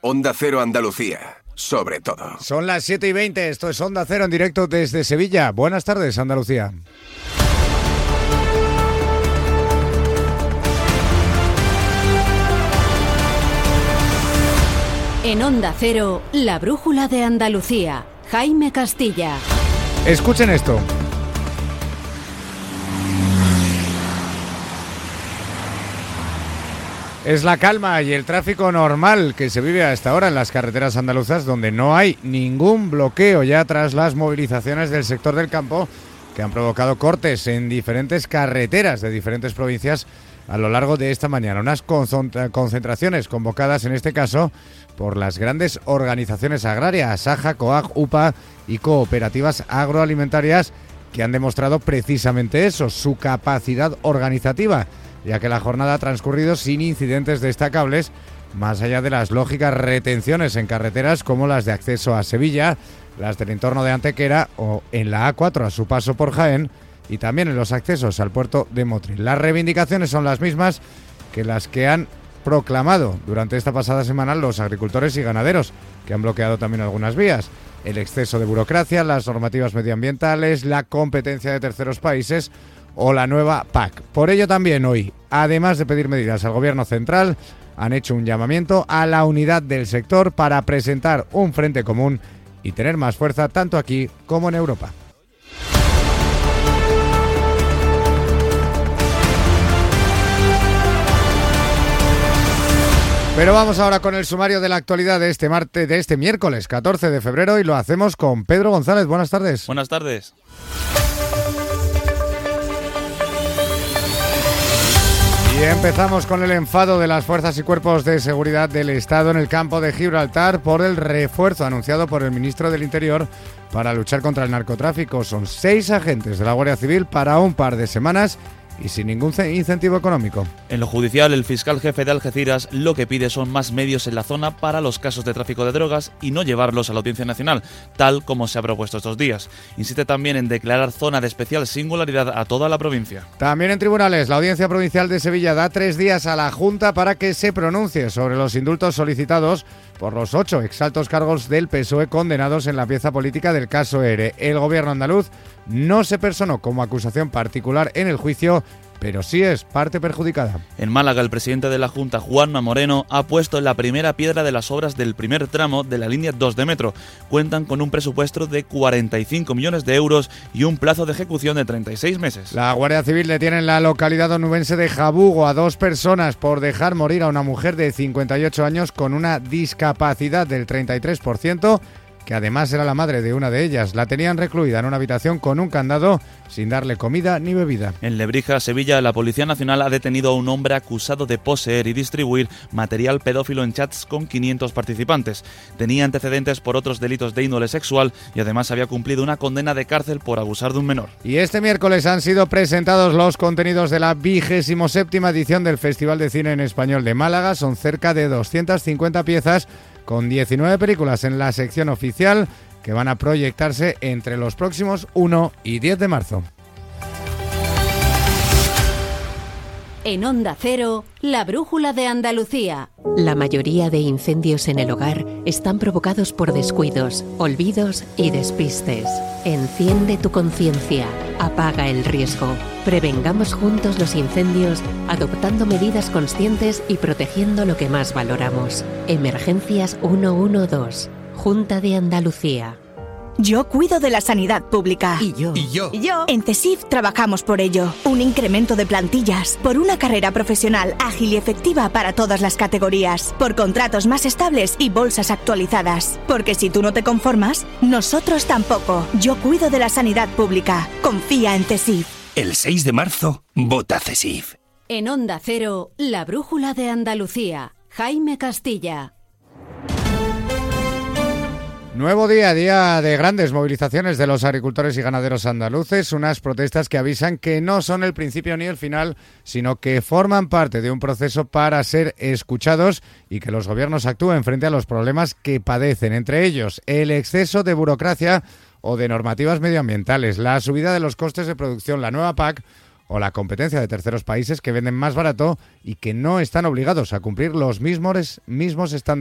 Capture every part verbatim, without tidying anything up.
Onda Cero Andalucía, sobre todo. Son las siete y veinte, esto es Onda Cero en directo desde Sevilla. Buenas tardes, Andalucía. En Onda Cero, la brújula de Andalucía. Jaime Castilla. Escuchen esto. Es la calma y el tráfico normal que se vive hasta ahora en las carreteras andaluzas, donde no hay ningún bloqueo ya tras las movilizaciones del sector del campo que han provocado cortes en diferentes carreteras de diferentes provincias a lo largo de esta mañana. Unas concentraciones convocadas en este caso por las grandes organizaciones agrarias, Asaja, COAG, UPA y cooperativas agroalimentarias, que han demostrado precisamente eso, su capacidad organizativa, ya que la jornada ha transcurrido sin incidentes destacables, más allá de las lógicas retenciones en carreteras como las de acceso a Sevilla, las del entorno de Antequera o en la A cuatro a su paso por Jaén, y también en los accesos al puerto de Motril. Las reivindicaciones son las mismas que las que han proclamado durante esta pasada semana los agricultores y ganaderos, que han bloqueado también algunas vías. El exceso de burocracia, las normativas medioambientales, la competencia de terceros países o la nueva P A C. Por ello también hoy, además de pedir medidas al Gobierno central, han hecho un llamamiento a la unidad del sector para presentar un frente común y tener más fuerza tanto aquí como en Europa. Pero vamos ahora con el sumario de la actualidad de este martes, de este miércoles catorce de febrero, y lo hacemos con Pedro González. Buenas tardes. Buenas tardes. Y empezamos con el enfado de las fuerzas y cuerpos de seguridad del Estado en el campo de Gibraltar por el refuerzo anunciado por el ministro del Interior para luchar contra el narcotráfico. Son seis agentes de la Guardia Civil para un par de semanas y sin ningún incentivo económico. En lo judicial, el fiscal jefe de Algeciras lo que pide son más medios en la zona para los casos de tráfico de drogas y no llevarlos a la Audiencia Nacional, tal como se ha propuesto estos días. Insiste también en declarar zona de especial singularidad a toda la provincia. También en tribunales, la Audiencia Provincial de Sevilla da tres días a la Junta para que se pronuncie sobre los indultos solicitados por los ocho exaltos cargos del P S O E condenados en la pieza política del caso ERE. El gobierno andaluz no se personó como acusación particular en el juicio, pero sí es parte perjudicada. En Málaga, el presidente de la Junta, Juanma Moreno, ha puesto la primera piedra de las obras del primer tramo de la línea dos de metro. Cuentan con un presupuesto de cuarenta y cinco millones de euros y un plazo de ejecución de treinta y seis meses. La Guardia Civil detiene en la localidad onubense de Jabugo a dos personas por dejar morir a una mujer de cincuenta y ocho años con una discapacidad del treinta y tres por ciento, que además era la madre de una de ellas. La tenían recluida en una habitación con un candado, sin darle comida ni bebida. En Lebrija, Sevilla, la Policía Nacional ha detenido a un hombre acusado de poseer y distribuir material pedófilo en chats con quinientos participantes. Tenía antecedentes por otros delitos de índole sexual y además había cumplido una condena de cárcel por abusar de un menor. Y este miércoles han sido presentados los contenidos de la vigésimo séptima edición del Festival de Cine en Español de Málaga. Son cerca de doscientas cincuenta piezas, con diecinueve películas en la sección oficial que van a proyectarse entre los próximos uno y diez de marzo. En Onda Cero, la brújula de Andalucía. La mayoría de incendios en el hogar están provocados por descuidos, olvidos y despistes. Enciende tu conciencia, apaga el riesgo. Prevengamos juntos los incendios, adoptando medidas conscientes y protegiendo lo que más valoramos. Emergencias ciento doce, Junta de Andalucía. Yo cuido de la sanidad pública. Y yo. Y yo. Y yo. En CESIF trabajamos por ello. Un incremento de plantillas, por una carrera profesional ágil y efectiva para todas las categorías, por contratos más estables y bolsas actualizadas. Porque si tú no te conformas, nosotros tampoco. Yo cuido de la sanidad pública. Confía en CESIF. El seis de marzo, vota CESIF. En Onda Cero, la brújula de Andalucía. Jaime Castilla. Nuevo día, día de grandes movilizaciones de los agricultores y ganaderos andaluces, unas protestas que avisan que no son el principio ni el final, sino que forman parte de un proceso para ser escuchados y que los gobiernos actúen frente a los problemas que padecen, entre ellos el exceso de burocracia o de normativas medioambientales, la subida de los costes de producción, la nueva P A C o la competencia de terceros países que venden más barato y que no están obligados a cumplir los mismos, mismos estándares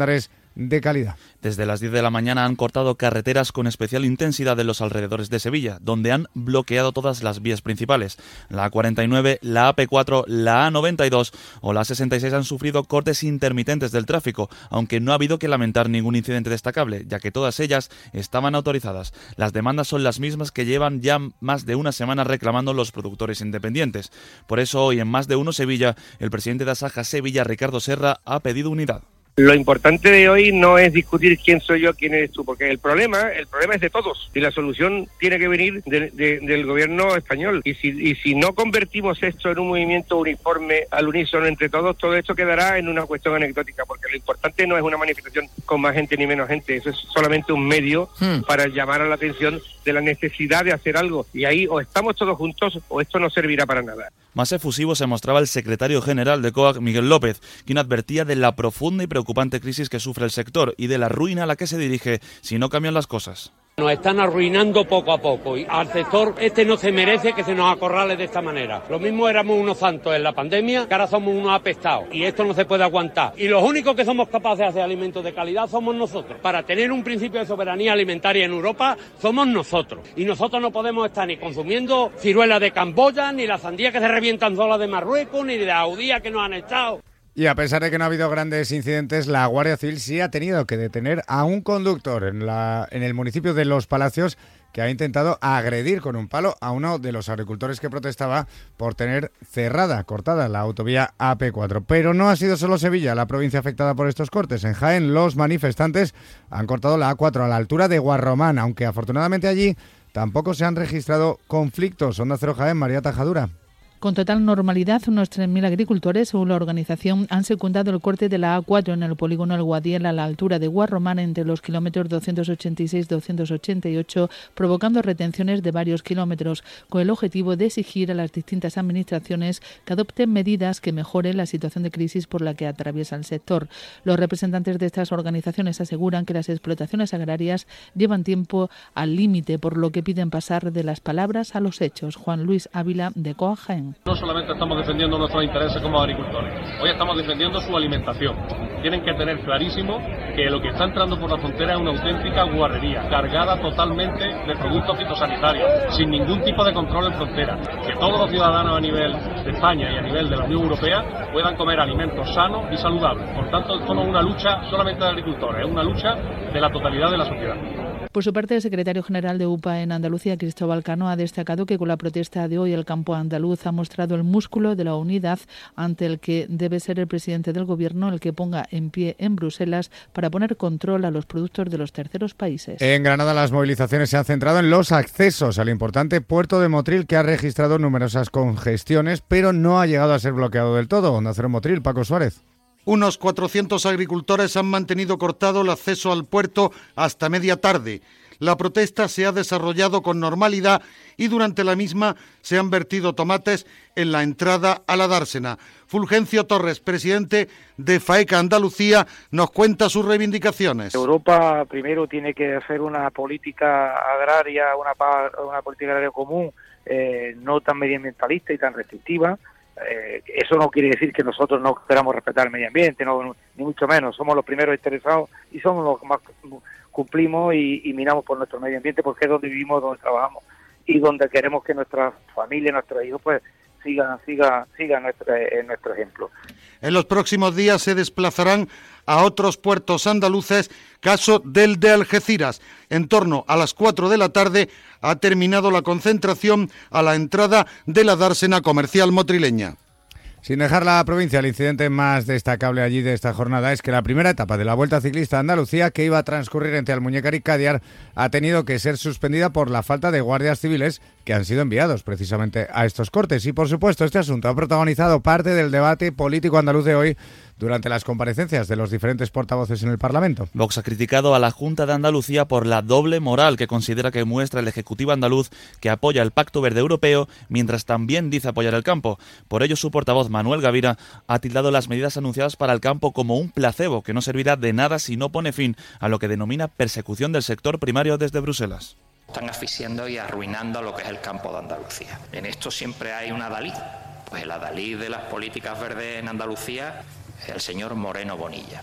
de calidad. Desde las diez de la mañana han cortado carreteras con especial intensidad en los alrededores de Sevilla, donde han bloqueado todas las vías principales. La A cuarenta y nueve, la A P cuatro, la A noventa y dos o la A sesenta y seis han sufrido cortes intermitentes del tráfico, aunque no ha habido que lamentar ningún incidente destacable, ya que todas ellas estaban autorizadas. Las demandas son las mismas que llevan ya más de una semana reclamando los productores independientes. Por eso hoy en Más de Uno Sevilla, el presidente de Asaja Sevilla, Ricardo Serra, ha pedido unidad. Lo importante de hoy no es discutir quién soy yo, quién eres tú, porque el problema el problema es de todos y la solución tiene que venir de, de, del gobierno español. Y si, y si no convertimos esto en un movimiento uniforme, al unísono entre todos, todo esto quedará en una cuestión anecdótica, porque lo importante no es una manifestación con más gente ni menos gente, eso es solamente un medio hmm. para llamar a la atención de la necesidad de hacer algo. Y ahí o estamos todos juntos o esto no servirá para nada. Más efusivo se mostraba el secretario general de C O A C, Miguel López, quien advertía de la profunda y preocupante crisis que sufre el sector y de la ruina a la que se dirige si no cambian las cosas. Nos están arruinando poco a poco y al sector este no se merece que se nos acorrale de esta manera. Lo mismo éramos unos santos en la pandemia, que ahora somos unos apestados y esto no se puede aguantar. Y los únicos que somos capaces de hacer alimentos de calidad somos nosotros. Para tener un principio de soberanía alimentaria en Europa somos nosotros. Y nosotros no podemos estar ni consumiendo ciruelas de Camboya, ni la sandía que se revientan solas de Marruecos, ni de la judía que nos han echado. Y a pesar de que no ha habido grandes incidentes, la Guardia Civil sí ha tenido que detener a un conductor en, la, en el municipio de Los Palacios que ha intentado agredir con un palo a uno de los agricultores que protestaba por tener cerrada, cortada la autovía A P cuatro. Pero no ha sido solo Sevilla la provincia afectada por estos cortes. En Jaén, los manifestantes han cortado la A cuatro a la altura de Guarromán, aunque afortunadamente allí tampoco se han registrado conflictos. Onda Cero Jaén, María Tajadura. Con total normalidad, unos tres mil agricultores, según la organización, han secundado el corte de la A cuatro en el polígono El Guadiel a la altura de Guarromán entre los kilómetros doscientos ochenta y seis y doscientos ochenta y ocho, provocando retenciones de varios kilómetros, con el objetivo de exigir a las distintas administraciones que adopten medidas que mejoren la situación de crisis por la que atraviesa el sector. Los representantes de estas organizaciones aseguran que las explotaciones agrarias llevan tiempo al límite, por lo que piden pasar de las palabras a los hechos. Juan Luis Ávila, de C O A Jaén. No solamente estamos defendiendo nuestros intereses como agricultores, hoy estamos defendiendo su alimentación. Tienen que tener clarísimo que lo que está entrando por la frontera es una auténtica guarrería, cargada totalmente de productos fitosanitarios, sin ningún tipo de control en frontera. Que todos los ciudadanos a nivel de España y a nivel de la Unión Europea puedan comer alimentos sanos y saludables. Por tanto, esto no es una lucha solamente de agricultores, es una lucha de la totalidad de la sociedad. Por su parte, el secretario general de U P A en Andalucía, Cristóbal Cano, ha destacado que con la protesta de hoy el campo andaluz ha mostrado el músculo de la unidad ante el que debe ser el presidente del Gobierno el que ponga en pie en Bruselas para poner control a los productos de los terceros países. En Granada las movilizaciones se han centrado en los accesos al importante puerto de Motril, que ha registrado numerosas congestiones, pero no ha llegado a ser bloqueado del todo. Onda Cero Motril, Paco Suárez. Unos cuatrocientos agricultores han mantenido cortado el acceso al puerto hasta media tarde. La protesta se ha desarrollado con normalidad y durante la misma se han vertido tomates en la entrada a la dársena. Fulgencio Torres, presidente de FAECA Andalucía, nos cuenta sus reivindicaciones. Europa primero tiene que hacer una política agraria, una, una política agraria común, eh, no tan medioambientalista y tan restrictiva. Eh, eso no quiere decir que nosotros no queramos respetar el medio ambiente, no, ni mucho menos. Somos los primeros interesados y somos los que más cumplimos y, y miramos por nuestro medio ambiente, porque es donde vivimos, donde trabajamos y donde queremos que nuestra familia, nuestros hijos, pues sigan, sigan, sigan nuestro, eh, nuestro ejemplo. En los próximos días se desplazarán a otros puertos andaluces, caso del de Algeciras. En torno a las cuatro de la tarde ha terminado la concentración a la entrada de la dársena comercial motrileña. Sin dejar la provincia, el incidente más destacable allí de esta jornada es que la primera etapa de la Vuelta Ciclista a Andalucía, que iba a transcurrir entre Almuñécar y Cádiz, ha tenido que ser suspendida por la falta de guardias civiles que han sido enviados precisamente a estos cortes. Y por supuesto, este asunto ha protagonizado parte del debate político andaluz de hoy durante las comparecencias de los diferentes portavoces en el Parlamento. Vox ha criticado a la Junta de Andalucía por la doble moral que considera que muestra el Ejecutivo andaluz, que apoya el Pacto Verde Europeo, mientras también dice apoyar el campo. Por ello, su portavoz, Manuel Gavira, ha tildado las medidas anunciadas para el campo como un placebo que no servirá de nada si no pone fin a lo que denomina persecución del sector primario desde Bruselas. Están asfixiando y arruinando lo que es el campo de Andalucía. En esto siempre hay un adalid. Pues el adalid de las políticas verdes en Andalucía es el señor Moreno Bonilla, que está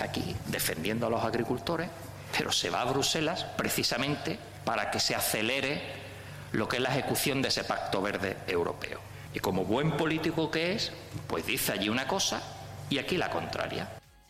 está aquí defendiendo a los agricultores, pero se va a Bruselas precisamente para que se acelere lo que es la ejecución de ese Pacto Verde Europeo. Y como buen político que es, pues dice allí una cosa y aquí la contraria.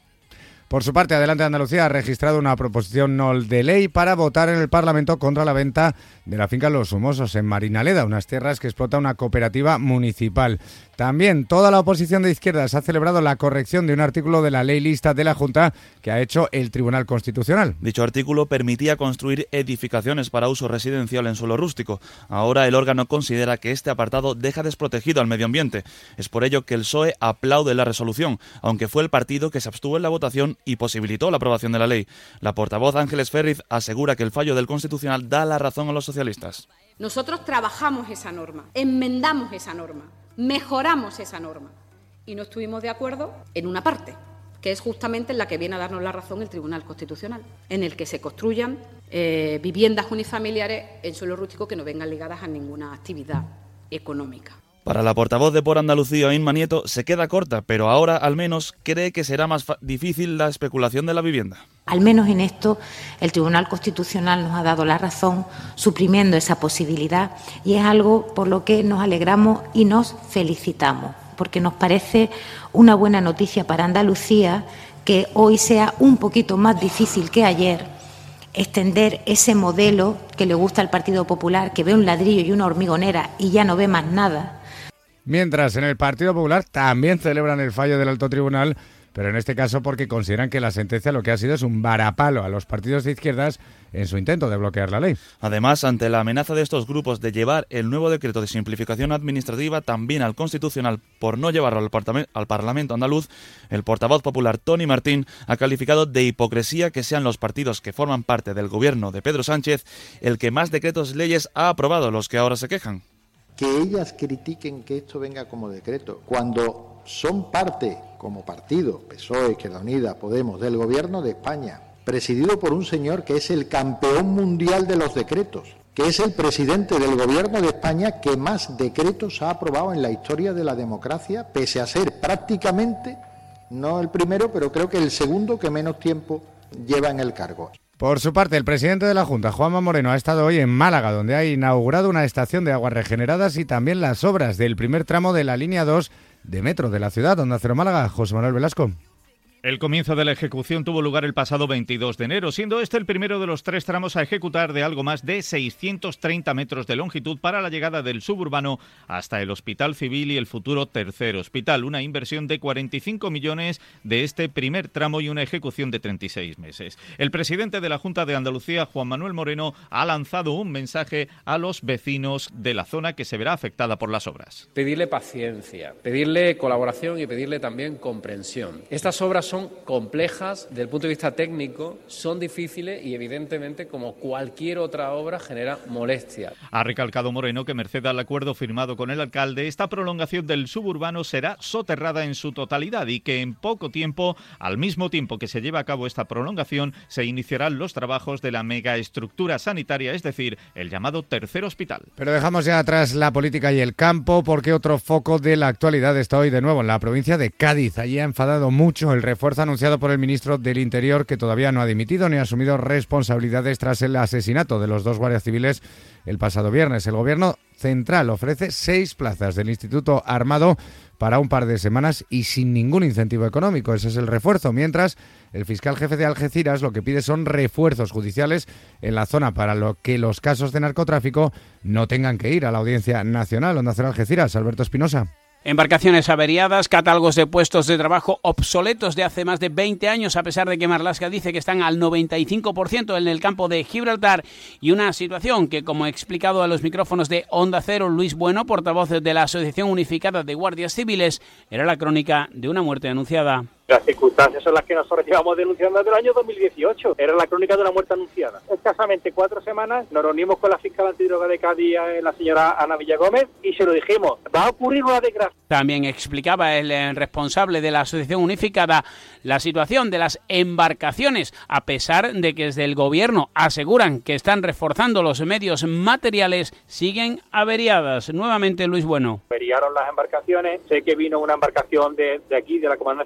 Por su parte, Adelante Andalucía ha registrado una proposición no de ley para votar en el Parlamento contra la venta de la finca Los Humosos en Marinaleda, unas tierras que explota una cooperativa municipal. También toda la oposición de izquierdas ha celebrado la corrección de un artículo de la ley lista de la Junta que ha hecho el Tribunal Constitucional. Dicho artículo permitía construir edificaciones para uso residencial en suelo rústico. Ahora el órgano considera que este apartado deja desprotegido al medio ambiente. Es por ello que el P S O E aplaude la resolución, aunque fue el partido que se abstuvo en la votación y posibilitó la aprobación de la ley. La portavoz Ángeles Ferriz asegura que el fallo del Constitucional da la razón a los socialistas. Nosotros trabajamos esa norma, enmendamos esa norma, mejoramos esa norma y no estuvimos de acuerdo en una parte, que es justamente en la que viene a darnos la razón el Tribunal Constitucional, en el que se construyan eh, viviendas unifamiliares en suelo rústico que no vengan ligadas a ninguna actividad económica. Para la portavoz de Por Andalucía, Inma Nieto, se queda corta, pero ahora al menos cree que será más difícil la especulación de la vivienda. Al menos en esto el Tribunal Constitucional nos ha dado la razón, suprimiendo esa posibilidad, y es algo por lo que nos alegramos y nos felicitamos, porque nos parece una buena noticia para Andalucía que hoy sea un poquito más difícil que ayer extender ese modelo que le gusta al Partido Popular, que ve un ladrillo y una hormigonera y ya no ve más nada. Mientras en el Partido Popular también celebran el fallo del Alto Tribunal, pero en este caso porque consideran que la sentencia lo que ha sido es un varapalo a los partidos de izquierdas en su intento de bloquear la ley. Además, ante la amenaza de estos grupos de llevar el nuevo decreto de simplificación administrativa también al Constitucional por no llevarlo al, al Parlamento andaluz, el portavoz popular Tony Martín ha calificado de hipocresía que sean los partidos que forman parte del gobierno de Pedro Sánchez el que más decretos leyes ha aprobado, los que ahora se quejan. Que ellas critiquen que esto venga como decreto, cuando son parte, como partido, P S O E, Izquierda Unida, Podemos, del Gobierno de España, presidido por un señor que es el campeón mundial de los decretos, que es el presidente del Gobierno de España que más decretos ha aprobado en la historia de la democracia, pese a ser prácticamente, no el primero, pero creo que el segundo que menos tiempo lleva en el cargo. Por su parte, el presidente de la Junta, Juanma Moreno, ha estado hoy en Málaga, donde ha inaugurado una estación de aguas regeneradas y también las obras del primer tramo de la línea dos de metro de la ciudad. Onda Cero Málaga, José Manuel Velasco. El comienzo de la ejecución tuvo lugar el pasado veintidós de enero, siendo este el primero de los tres tramos a ejecutar de algo más de seiscientos treinta metros de longitud para la llegada del suburbano hasta el Hospital Civil y el futuro tercer hospital. Una inversión de cuarenta y cinco millones de este primer tramo y una ejecución de treinta y seis meses. El presidente de la Junta de Andalucía, Juan Manuel Moreno, ha lanzado un mensaje a los vecinos de la zona que se verá afectada por las obras. Pedirle paciencia, pedirle colaboración y pedirle también comprensión. Estas obras son complejas desde el punto de vista técnico, son difíciles y evidentemente, como cualquier otra obra, genera molestia. Ha recalcado Moreno que merced al acuerdo firmado con el alcalde, esta prolongación del suburbano será soterrada en su totalidad y que en poco tiempo, al mismo tiempo que se lleva a cabo esta prolongación, se iniciarán los trabajos de la megaestructura sanitaria, es decir, el llamado tercer hospital. Pero dejamos ya atrás la política y el campo, porque otro foco de la actualidad está hoy de nuevo en la provincia de Cádiz. Allí ha enfadado mucho el refuerzo anunciado por el ministro del Interior, que todavía no ha dimitido ni ha asumido responsabilidades tras el asesinato de los dos guardias civiles el pasado viernes. El Gobierno central ofrece seis plazas del Instituto Armado para un par de semanas y sin ningún incentivo económico. Ese es el refuerzo. Mientras, el fiscal jefe de Algeciras lo que pide son refuerzos judiciales en la zona para lo que los casos de narcotráfico no tengan que ir a la Audiencia Nacional. Onda Cero Algeciras, Alberto Espinosa. Embarcaciones averiadas, catálogos de puestos de trabajo obsoletos de hace más de veinte años, a pesar de que Marlaska dice que están al noventa y cinco por ciento en el campo de Gibraltar, y una situación que, como ha explicado a los micrófonos de Onda Cero Luis Bueno, portavoz de la Asociación Unificada de Guardias Civiles, era la crónica de una muerte anunciada. Las circunstancias son las que nosotros llevamos denunciando desde el año dos mil dieciocho. Era la crónica de una muerte anunciada. Escasamente cuatro semanas nos reunimos con la fiscal antidroga de Cádiz, la señora Ana Villagómez, y se lo dijimos, va a ocurrir una desgracia. También explicaba el responsable de la Asociación Unificada la situación de las embarcaciones, a pesar de que desde el Gobierno aseguran que están reforzando los medios materiales, siguen averiadas. Nuevamente Luis Bueno. Averiaron las embarcaciones. Sé que vino una embarcación de, de aquí, de la Comandancia de Algeciras,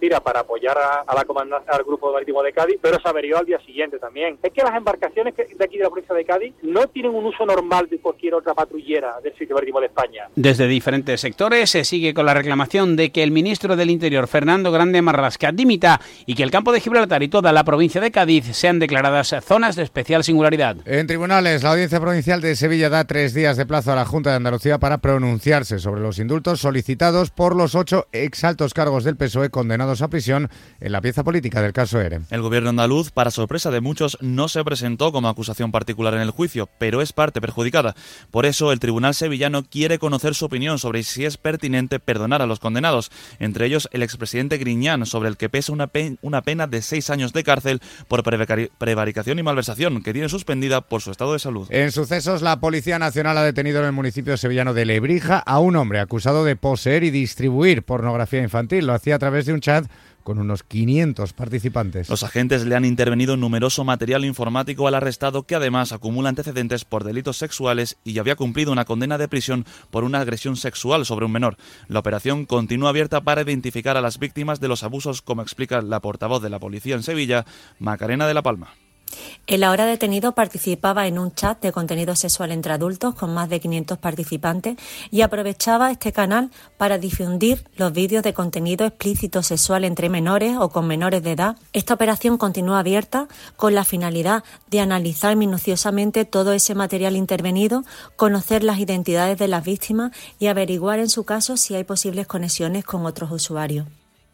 Algeciras para apoyar a, a la comandancia, al Grupo Marítimo de Cádiz, pero se averió al día siguiente también. Es que las embarcaciones que, de aquí de la provincia de Cádiz no tienen un uso normal de cualquier otra patrullera del sitio marítimo de España. Desde diferentes sectores se sigue con la reclamación de que el ministro del Interior, Fernando Grande Marlasca, dimita y que el campo de Gibraltar y toda la provincia de Cádiz sean declaradas zonas de especial singularidad. En tribunales, la Audiencia Provincial de Sevilla da tres días de plazo a la Junta de Andalucía para pronunciarse sobre los indultos solicitados por los ocho exaltos cargos del P S O E condenados a prisión en la pieza política del caso ERE. El gobierno andaluz, para sorpresa de muchos, no se presentó como acusación particular en el juicio, pero es parte perjudicada. Por eso, el tribunal sevillano quiere conocer su opinión sobre si es pertinente perdonar a los condenados, entre ellos el expresidente Griñán, sobre el que pesa una, pe- una pena de seis años de cárcel por prevari- prevaricación y malversación, que tiene suspendida por su estado de salud. En sucesos, la Policía Nacional ha detenido en el municipio sevillano de Lebrija a un hombre acusado de poseer y distribuir pornografía infantil. Lo hacía a través de un chat con unos quinientos participantes. Los agentes le han intervenido numeroso material informático al arrestado, que además acumula antecedentes por delitos sexuales y ya había cumplido una condena de prisión por una agresión sexual sobre un menor. La operación continúa abierta para identificar a las víctimas de los abusos, como explica la portavoz de la policía en Sevilla, Macarena de la Palma. El ahora detenido participaba en un chat de contenido sexual entre adultos con más de quinientos participantes y aprovechaba este canal para difundir los vídeos de contenido explícito sexual entre menores o con menores de edad. Esta operación continúa abierta con la finalidad de analizar minuciosamente todo ese material intervenido, conocer las identidades de las víctimas y averiguar en su caso si hay posibles conexiones con otros usuarios.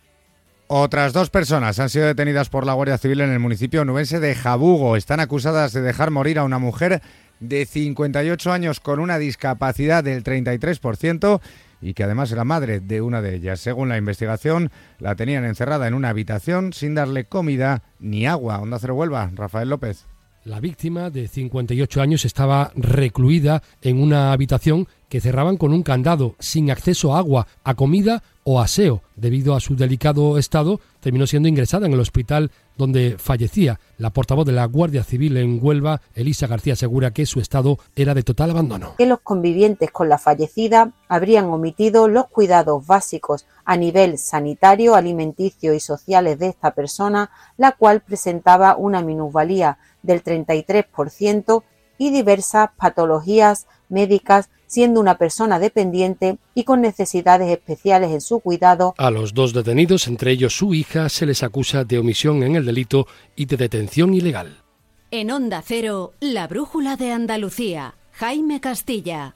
Otras dos personas han sido detenidas por la Guardia Civil en el municipio onubense de Jabugo. Están acusadas de dejar morir a una mujer de cincuenta y ocho años con una discapacidad del treinta y tres por ciento y que además era madre de una de ellas. Según la investigación, la tenían encerrada en una habitación sin darle comida ni agua. Onda Cero Huelva, Rafael López. La víctima, de cincuenta y ocho años, estaba recluida en una habitación que cerraban con un candado, sin acceso a agua, a comida o aseo. Debido a su delicado estado, terminó siendo ingresada en el hospital donde fallecía. La portavoz de la Guardia Civil en Huelva, Elisa García, asegura que su estado era de total abandono. Que los convivientes con la fallecida habrían omitido los cuidados básicos a nivel sanitario, alimenticio y sociales de esta persona, la cual presentaba una minusvalía del treinta y tres por ciento y diversas patologías médicas, siendo una persona dependiente y con necesidades especiales en su cuidado. A los dos detenidos, entre ellos su hija, se les acusa de omisión en el delito y de detención ilegal. En Onda Cero, la brújula de Andalucía, Jaime Castilla.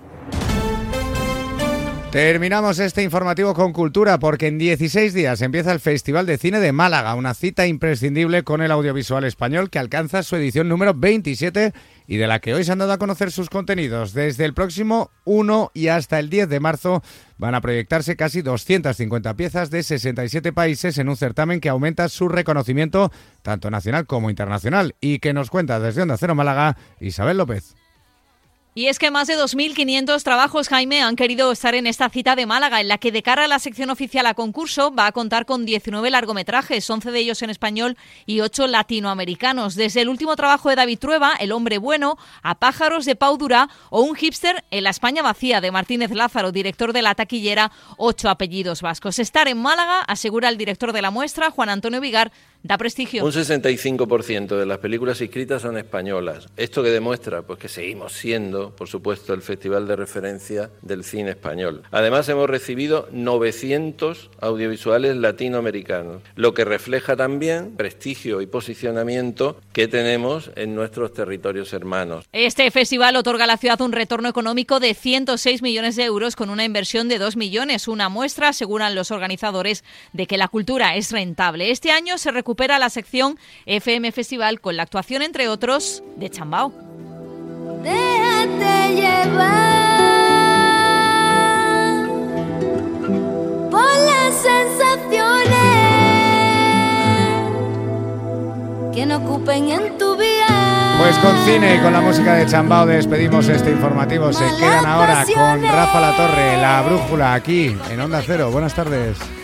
Terminamos este informativo con cultura porque en dieciséis días empieza el Festival de Cine de Málaga, una cita imprescindible con el audiovisual español que alcanza su edición número veintisiete y de la que hoy se han dado a conocer sus contenidos. Desde el próximo uno y hasta el diez de marzo van a proyectarse casi doscientas cincuenta piezas de sesenta y siete países en un certamen que aumenta su reconocimiento tanto nacional como internacional y que nos cuenta desde Onda Cero Málaga Isabel López. Y es que más de dos mil quinientos trabajos, Jaime, han querido estar en esta cita de Málaga, en la que de cara a la sección oficial a concurso va a contar con diecinueve largometrajes, once de ellos en español y ocho latinoamericanos. Desde el último trabajo de David Trueba, El hombre bueno, a Pájaros de Pau Durá o Un hipster en la España vacía de Martínez Lázaro, director de La taquillera, ocho apellidos vascos. Estar en Málaga, asegura el director de la muestra, Juan Antonio Vigar, da prestigio. Un sesenta y cinco por ciento de las películas inscritas son españolas. ¿Esto qué demuestra? Pues que seguimos siendo, por supuesto, el festival de referencia del cine español. Además, hemos recibido novecientos audiovisuales latinoamericanos, lo que refleja también prestigio y posicionamiento que tenemos en nuestros territorios hermanos. Este festival otorga a la ciudad un retorno económico de ciento seis millones de euros con una inversión de dos millones. Una muestra, aseguran los organizadores, de que la cultura es rentable. Este año se recupera Recupera la sección F M Festival con la actuación, entre otros, de Chambao. Déjate llevar por las sensaciones que no ocupen en tu vida. Pues con cine y con la música de Chambao despedimos este informativo. Se quedan ahora con Rafa Latorre, La Brújula, aquí en Onda Cero. Buenas tardes.